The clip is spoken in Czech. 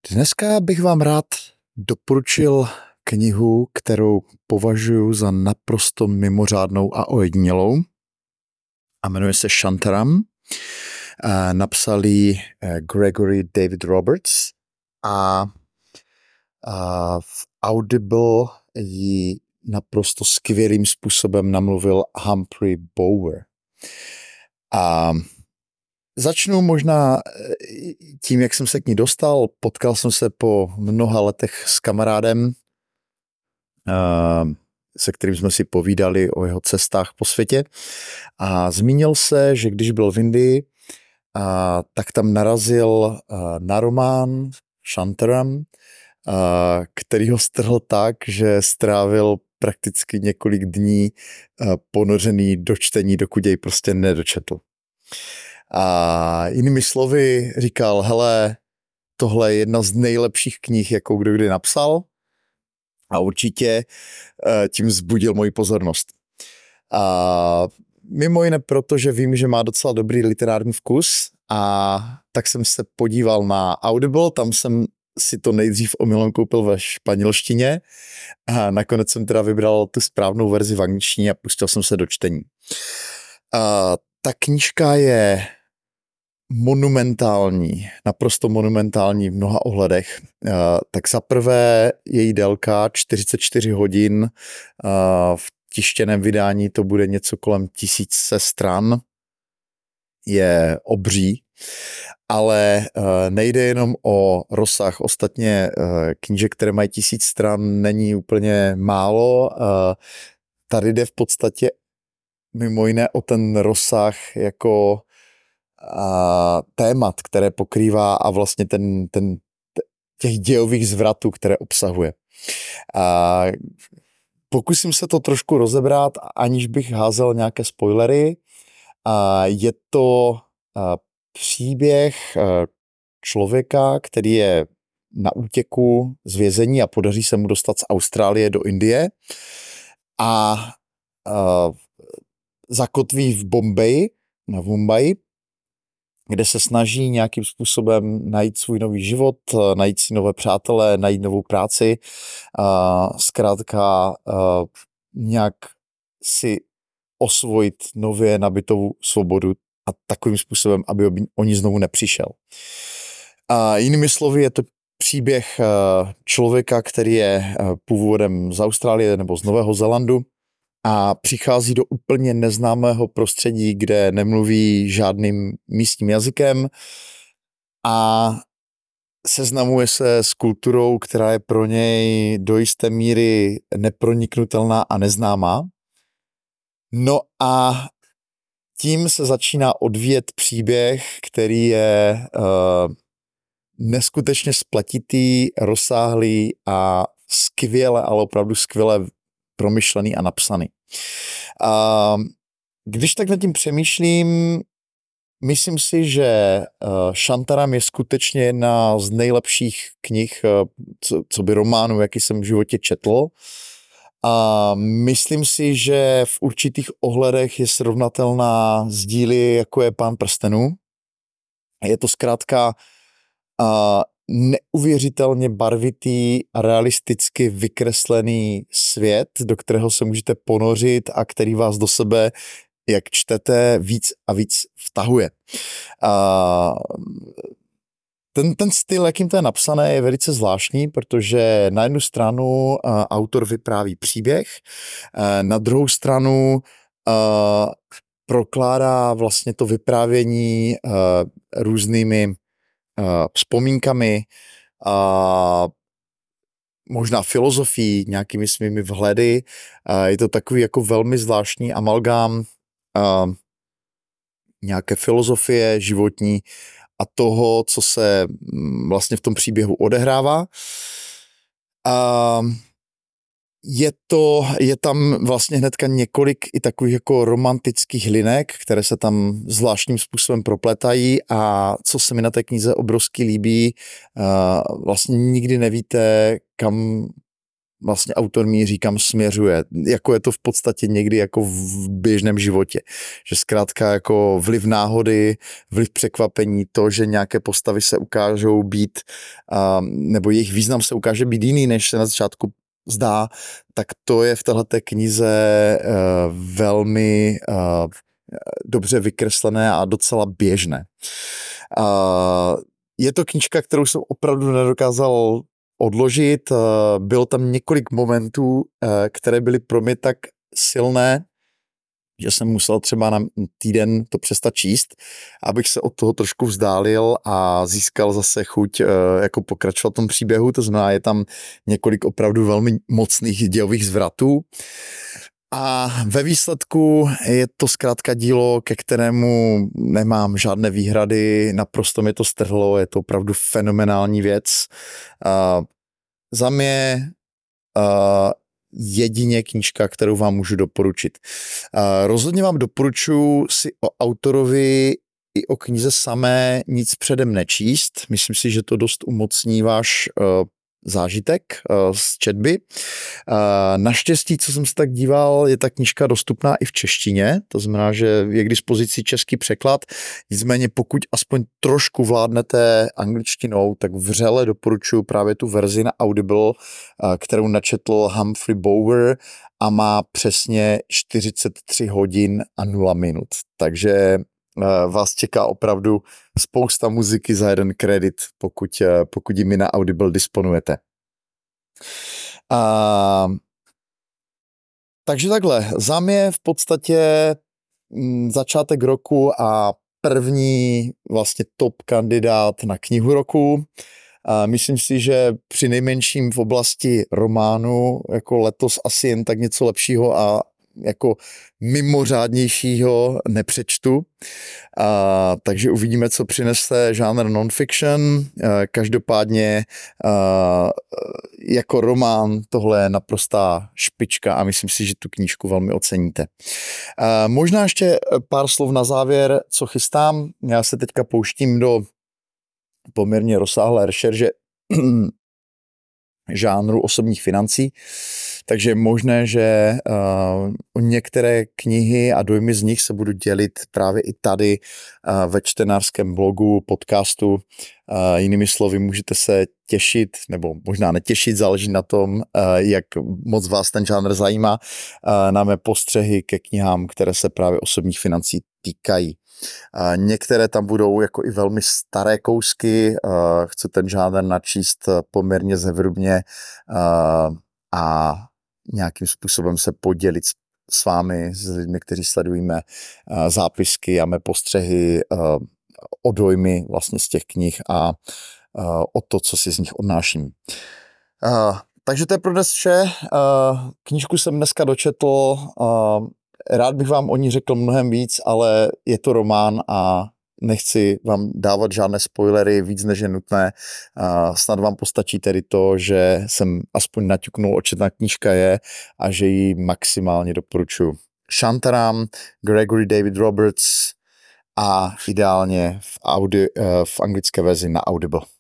Dneska bych vám rád doporučil knihu, kterou považuji za naprosto mimořádnou a ojedinělou. A jmenuje se Shantaram. Napsal ji Gregory David Roberts a v Audible ji naprosto skvělým způsobem namluvil Humphrey Bogart. A začnu možná tím, jak jsem se k ní dostal. Potkal jsem se po mnoha letech s kamarádem, se kterým jsme si povídali o jeho cestách po světě. A zmínil se, že když byl v Indii, tak tam narazil na román Shantaram, který ho strhl tak, že strávil prakticky několik dní ponořený do čtení, dokud jej prostě nedočetl. A jinými slovy říkal, hele, tohle je jedna z nejlepších knih, jakou kdo kdy napsal, a určitě tím vzbudil moji pozornost. A mimo jiné proto, že vím, že má docela dobrý literární vkus, a tak jsem se podíval na Audible, tam jsem si to nejdřív omylem koupil ve španělštině a nakonec jsem teda vybral tu správnou verzi v angličtině a pustil jsem se do čtení. Ta knížka je monumentální, naprosto monumentální v mnoha ohledech. Tak za prvé její délka 44 hodin, v tištěném vydání to bude něco kolem 1000 stran, je obří, ale nejde jenom o rozsah. Ostatně knížek, které mají 1000 stran, není úplně málo. Tady jde v podstatě mimo jiné o ten rozsah jako témat, které pokrývá, a vlastně těch dějových zvratů, které obsahuje. Pokusím se to trošku rozebrat, aniž bych házel nějaké spoilery. Je to příběh člověka, který je na útěku z vězení a podaří se mu dostat z Austrálie do Indie a zakotví v Mumbai, kde se snaží nějakým způsobem najít svůj nový život, najít si nové přátele, najít novou práci, zkrátka nějak si osvojit nově nabitou svobodu a takovým způsobem, aby o ní znovu nepřišel. Jinými slovy je to příběh člověka, který je původem z Austrálie nebo z Nového Zélandu a přichází do úplně neznámého prostředí, kde nemluví žádným místním jazykem a seznamuje se s kulturou, která je pro něj do jisté míry neproniknutelná a neznámá. No a tím se začíná odvíjet příběh, který je neskutečně spletitý, rozsáhlý a skvěle, ale opravdu skvěle promyšlený a napsaný. Když tak nad tím přemýšlím, myslím si, že Shantaram je skutečně jedna z nejlepších knih, co by románů, jaký jsem v životě četl. A myslím si, že v určitých ohledech je srovnatelná s díly, jako je Pán prstenů. Je to zkrátka neuvěřitelně barvitý a realisticky vykreslený svět, do kterého se můžete ponořit a který vás do sebe, jak čtete, víc a víc vtahuje. Ten styl, jakým to je napsané, je velice zvláštní, protože na jednu stranu autor vypráví příběh, na druhou stranu prokládá vlastně to vyprávění různými vzpomínkami, možná filozofií, nějakými svými vhledy. Je to takový jako velmi zvláštní amalgám nějaké filozofie životní a toho, co se vlastně v tom příběhu odehrává. Je tam vlastně hnedka několik i takových jako romantických linek, které se tam zvláštním způsobem propletají, a co se mi na té knize obrovsky líbí, vlastně nikdy nevíte, kam vlastně autor míří, kam směřuje. Jako je to v podstatě někdy jako v běžném životě. Že zkrátka jako vliv náhody, vliv překvapení, to, že nějaké postavy se ukážou být, nebo jejich význam se ukáže být jiný, než se na začátku zdá, tak to je v téhleté knize velmi dobře vykreslené a docela běžné. Je to knížka, kterou jsem opravdu nedokázal odložit. Bylo tam několik momentů, které byly pro mě tak silné, že jsem musel třeba na týden to přestat číst, abych se od toho trošku vzdálil a získal zase chuť jako pokračovat v tom příběhu. To znamená, je tam několik opravdu velmi mocných dějových zvratů. A ve výsledku je to zkrátka dílo, ke kterému nemám žádné výhrady, naprosto mě to strhlo, je to opravdu fenomenální věc. Za mě jedině knížka, kterou vám můžu doporučit. Rozhodně vám doporučuji si o autorovi i o knize samé nic předem nečíst. Myslím si, že to dost umocní váš zážitek z četby. Naštěstí, co jsem se tak díval, je ta knížka dostupná i v češtině, to znamená, že je k dispozici český překlad, nicméně pokud aspoň trošku vládnete angličtinou, tak vřele doporučuji právě tu verzi na Audible, kterou načetl Humphrey Bogart a má přesně 43 hodin a 0 minut. Takže vás čeká opravdu spousta muziky za jeden kredit, pokud jimi na Audible disponujete. Takže takhle, za mě v podstatě začátek roku a první vlastně top kandidát na knihu roku. Myslím si, že při nejmenším v oblasti románu jako letos asi jen tak něco lepšího a jako mimořádnějšího nepřečtu. Takže uvidíme, co přinese žánr non-fiction. Každopádně jako román tohle je naprostá špička a myslím si, že tu knížku velmi oceníte. Možná ještě pár slov na závěr, co chystám. Já se teďka pouštím do poměrně rozsáhlé rešerže žánru osobních financí, takže je možné, že o některé knihy a dojmy z nich se budu dělit právě i tady ve čtenářském blogu, podcastu. Jinými slovy, můžete se těšit, nebo možná netěšit, záleží na tom, jak moc vás ten žánr zajímá, na mé postřehy ke knihám, které se právě osobních financí týkají. Některé tam budou jako i velmi staré kousky, chci ten žánr načíst poměrně zevrubně a nějakým způsobem se podělit s vámi, s lidmi, kteří sledujeme zápisky a mé postřehy o dojmy vlastně z těch knih a o to, co si z nich odnáším. Takže to je pro dnes vše. Knížku jsem dneska dočetl, rád bych vám o ní řekl mnohem víc, ale je to román a nechci vám dávat žádné spoilery víc, než je nutné. Snad vám postačí tedy to, že jsem aspoň naťuknul, o čem ta knížka je a že ji maximálně doporučuji. Shantaram, Gregory David Roberts a ideálně v anglické verzi na Audible.